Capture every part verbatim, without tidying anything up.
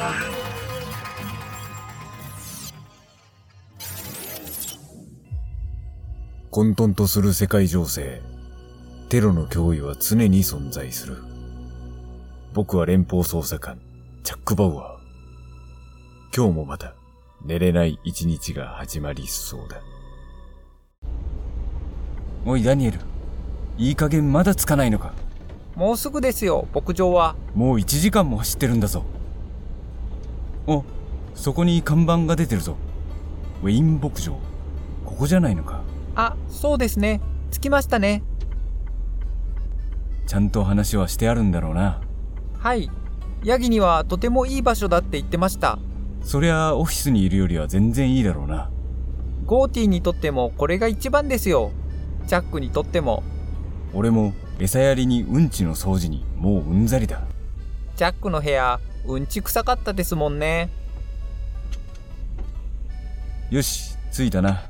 混沌とする世界情勢、テロの脅威は常に存在する。僕は連邦捜査官、チャック・バウアー。今日もまた、寝れない一日が始まりそうだ。 おいダニエル、いい加減まだ着かないのか。 もうすぐですよ、牧場は。 もういちじかんも走ってるんだぞ。お、そこに看板が出てるぞ。ウェイン牧場。ここじゃないのか。 あ、そうですね。着きましたね。 ちゃんと話はしてあるんだろうな。 はい。ヤギにはとてもいい場所だって言ってました。 そりゃオフィスにいるよりは全然いいだろうな。 ゴーティーにとってもこれが一番ですよ。チャックにとっても。 俺も餌やりにうんちの掃除にもううんざりだ。 チャックの部屋、うんち臭かったですもんね。 よし、着いたな。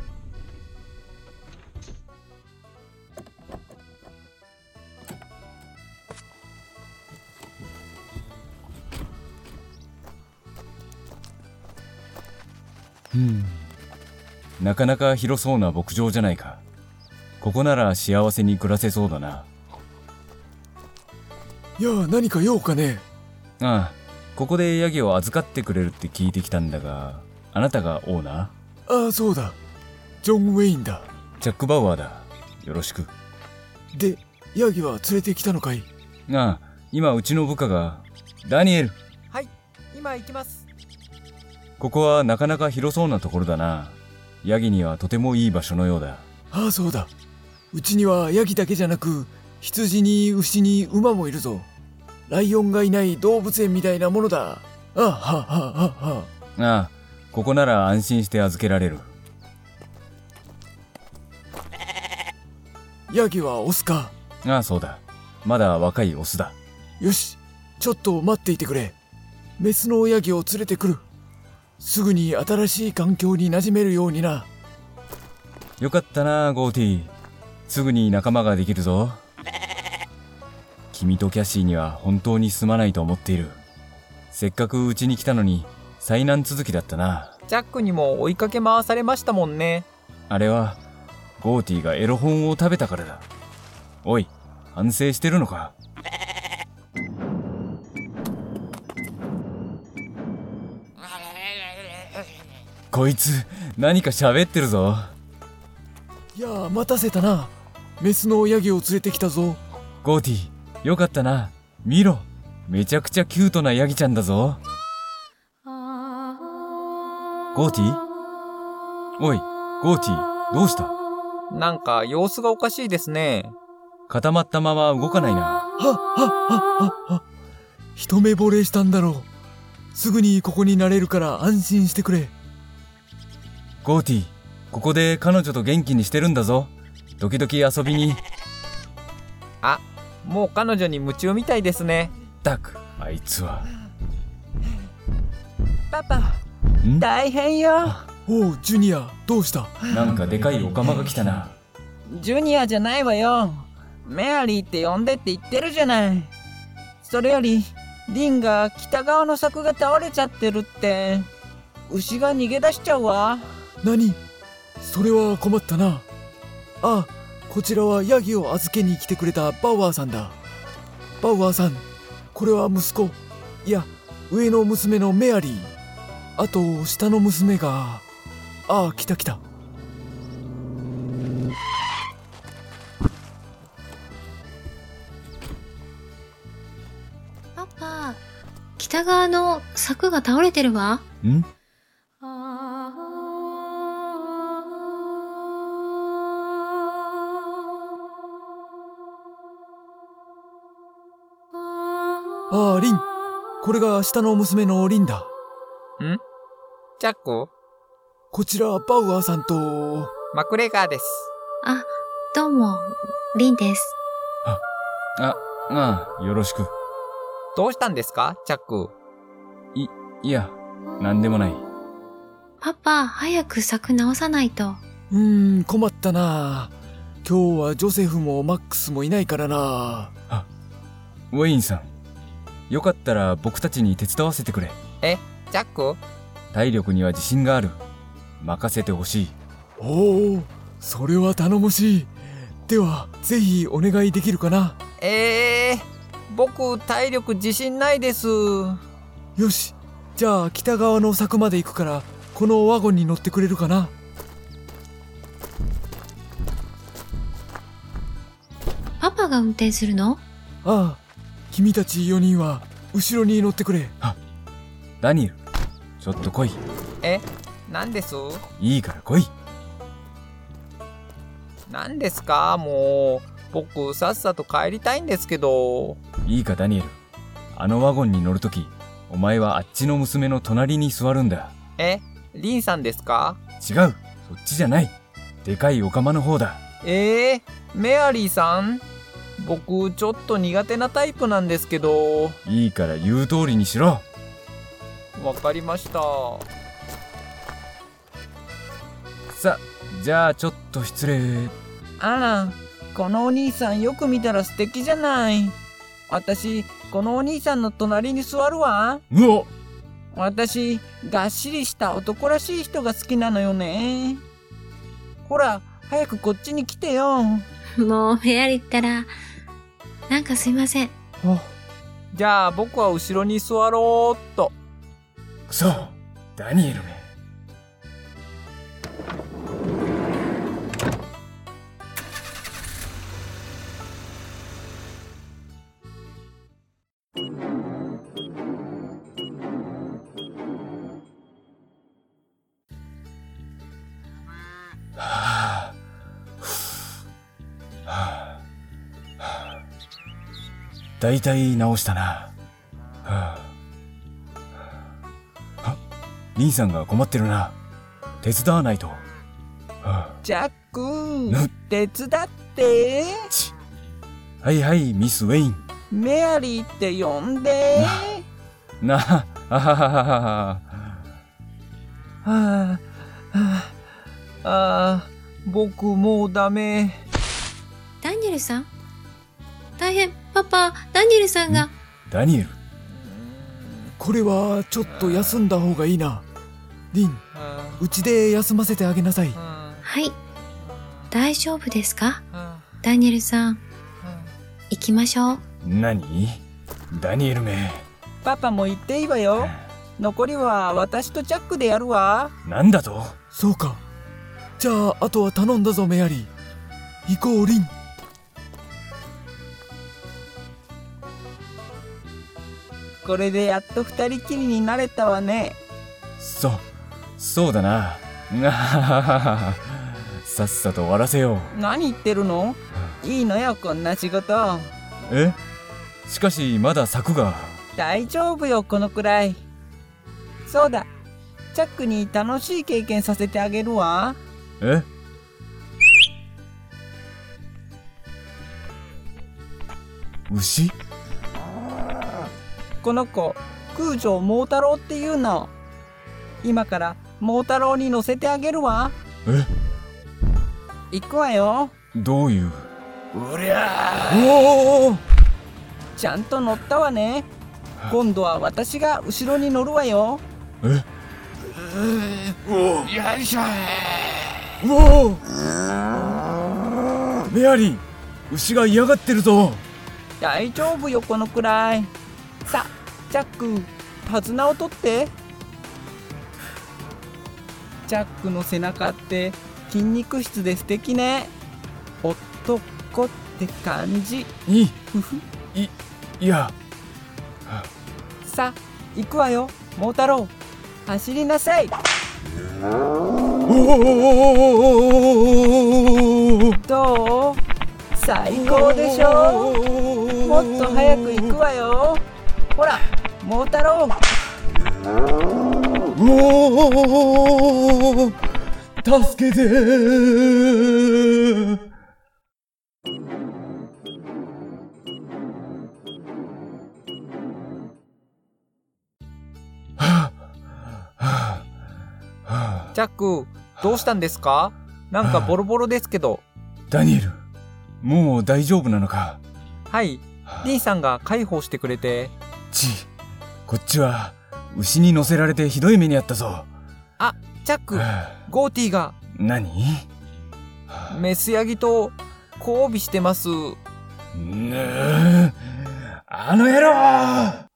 うん、なかなか広そうな牧場じゃないか。ここなら幸せに暮らせそうだな。 いや、何か用かね。 ああ、ここでヤギを預かってくれるって聞いてきたんだが、あなたがオーナー？ああ、そうだ。ジョン・ウェインだ。 チャック・バウアーだ。よろしく。 で、ヤギは連れてきたのかい？ ああ、今うちの部下が。ダニエル。 はい、今行きます。 ここはなかなか広そうなところだな。ヤギにはとてもいい場所のようだ。 ああ、そうだ。うちにはヤギだけじゃなく、羊に牛に馬もいるぞ。ライオンがいない動物園みたいなものだ。ああ、はあ、はあ、はあ。ああ、ここなら安心して預けられる。 ヤギはオスか？ ああ、そうだ。まだ若いオスだ。 よし、ちょっと待っていてくれ。メスのヤギを連れてくる。すぐに新しい環境に馴染めるようにな。 よかったな、ゴーティー。すぐに仲間ができるぞ。君とキャシーには本当にすまないと思っている。せっかくうちに来たのに災難続きだったな。 ジャックにも追いかけ回されましたもんね。 あれはゴーティーがエロ本を食べたからだ。おい、反省してるのか？こいつ何か喋ってるぞ。 いやあ、待たせたな。メスのヤギを連れてきたぞ。 ゴーティー、よかったな。見ろ、めちゃくちゃキュートなヤギちゃんだぞ。ゴーティー？おい、ゴーティー、どうした？ なんか様子がおかしいですね。 固まったまま動かないな。 はっはっはっはっ。一目惚れしたんだろう。すぐにここになれるから安心してくれ。 ゴーティー、ここで彼女と元気にしてるんだぞ。時々遊びに。 あ、もう彼女に夢中みたいですね。 ったく、あいつは。 パパ、大変よ。 おう、ジュニア、どうした？ なんかでかいオカマが来たな。 ジュニアじゃないわよ。メアリーって呼んでって言ってるじゃない。それよりリンが北側の柵が倒れちゃってるって。牛が逃げ出しちゃうわ。 何？それは困ったな。ああ、こちらはヤギを預けに来てくれたバウアーさんだ。バウアーさん、これは息子、いや上の娘のメアリー、あと下の娘が。ああ、来た来た。 パパ、北側の柵が倒れてるわ。 ん？ ああ、リン。これが下の娘のリンだ。 ん？ジャック？ こちらバウアーさんとマクレガーです。 あ、どうも、リンです。 あ、あ、ああ、よろしく。 どうしたんですか、ジャック？ い、いや、なんでもない。 パパ、早く柵直さないと。 うーん、困ったな。今日はジョセフもマックスもいないからな。 あ、ウェインさん。 よかったら僕たちに手伝わせてくれ。 え、ジャック？ 体力には自信がある。任せてほしい。 おお、それは頼もしい。ではぜひお願いできるかな。 えー、僕体力自信ないです。 よし、じゃあ北側の柵まで行くからこのワゴンに乗ってくれるかな。 パパが運転するの？ ああ、君たちよにんは後ろに乗ってくれ。 ダニエル、ちょっと来い。 え、なんです？ いいから来い。 なんですか？もう僕さっさと帰りたいんですけど。 いいかダニエル、あのワゴンに乗るとき、お前はあっちの娘の隣に座るんだ。 え、リンさんですか？ 違う、そっちじゃない。でかいオカマの方だ。 えー、メアリーさん？僕ちょっと苦手なタイプなんですけど。 いいから言う通りにしろ。 わかりました。 さ、じゃあちょっと失礼。 あら、このお兄さんよく見たら素敵じゃない。私、このお兄さんの隣に座るわ。 うおっ、 私、がっしりした男らしい人が好きなのよね。ほら、早くこっちに来てよ。 もうメアリーったら、なんかすいません。 じゃあ僕は後ろに座ろうっと。 くそ、ダニエルめ。はあ、はあ、だいたい直したな。はあ、あ、リンさんが困ってるな。手伝わないと。はあ、 ジャックぬ、 手伝って。 ちはいはいミス・ウェイン。 メアリーって呼んで。 なあ、あはははは。 はあ、はあ、あー、僕もうダメ。 ダニエルさん？大変、パパ、ダニエルさんが。 ダニエル、 これはちょっと休んだ方がいいな。リン、うちで休ませてあげなさい。 はい。大丈夫ですか？ダニエルさん、行きましょう。 何？ダニエルめ。 パパも行っていいわよ。残りは私とジャックでやるわ。 なんだと？ そうか。じゃああとは頼んだぞメアリー。行こうリン。 これでやっと二人きりになれたわね。 そう、そうだな。がはははは。さっさと終わらせよう。 何言ってるの？いいのよ、こんな仕事。 え？しかしまだ柵が。 大丈夫よ、このくらい。そうだ、チャックに楽しい経験させてあげるわ。 え？牛？ この子、空城桃太郎っていうの。今から桃太郎に乗せてあげるわ。 え？ 行くわよ。 どういう？ うりゃー。おお、 ちゃんと乗ったわね。今度は私が後ろに乗るわよ。 え？ よいしょー。うおー。 メアリー、牛が嫌がってるぞ。 大丈夫よ、このくらい。さあ、ジャック、手綱を取って。ジャックの背中って筋肉質で素敵ね。男って感じ。 い、 ふふ。 い、いや。 さあ、行くわよ、桃太郎。走りなさい。 おお。 どう？最高でしょ？もっと早く行くわよ。ほら、桃太郎。 おお、助けてー。 ジャック、どうしたんですか？なんかボロボロですけど。 ダニエル、もう大丈夫なのか？ はい、リンさんが介抱してくれて。 ち、こっちは牛に乗せられてひどい目にあったぞ。 あ、チャック、 はあ、 ゴーティーが何？ メスヤギと交尾してます。 ぬー、あの野郎！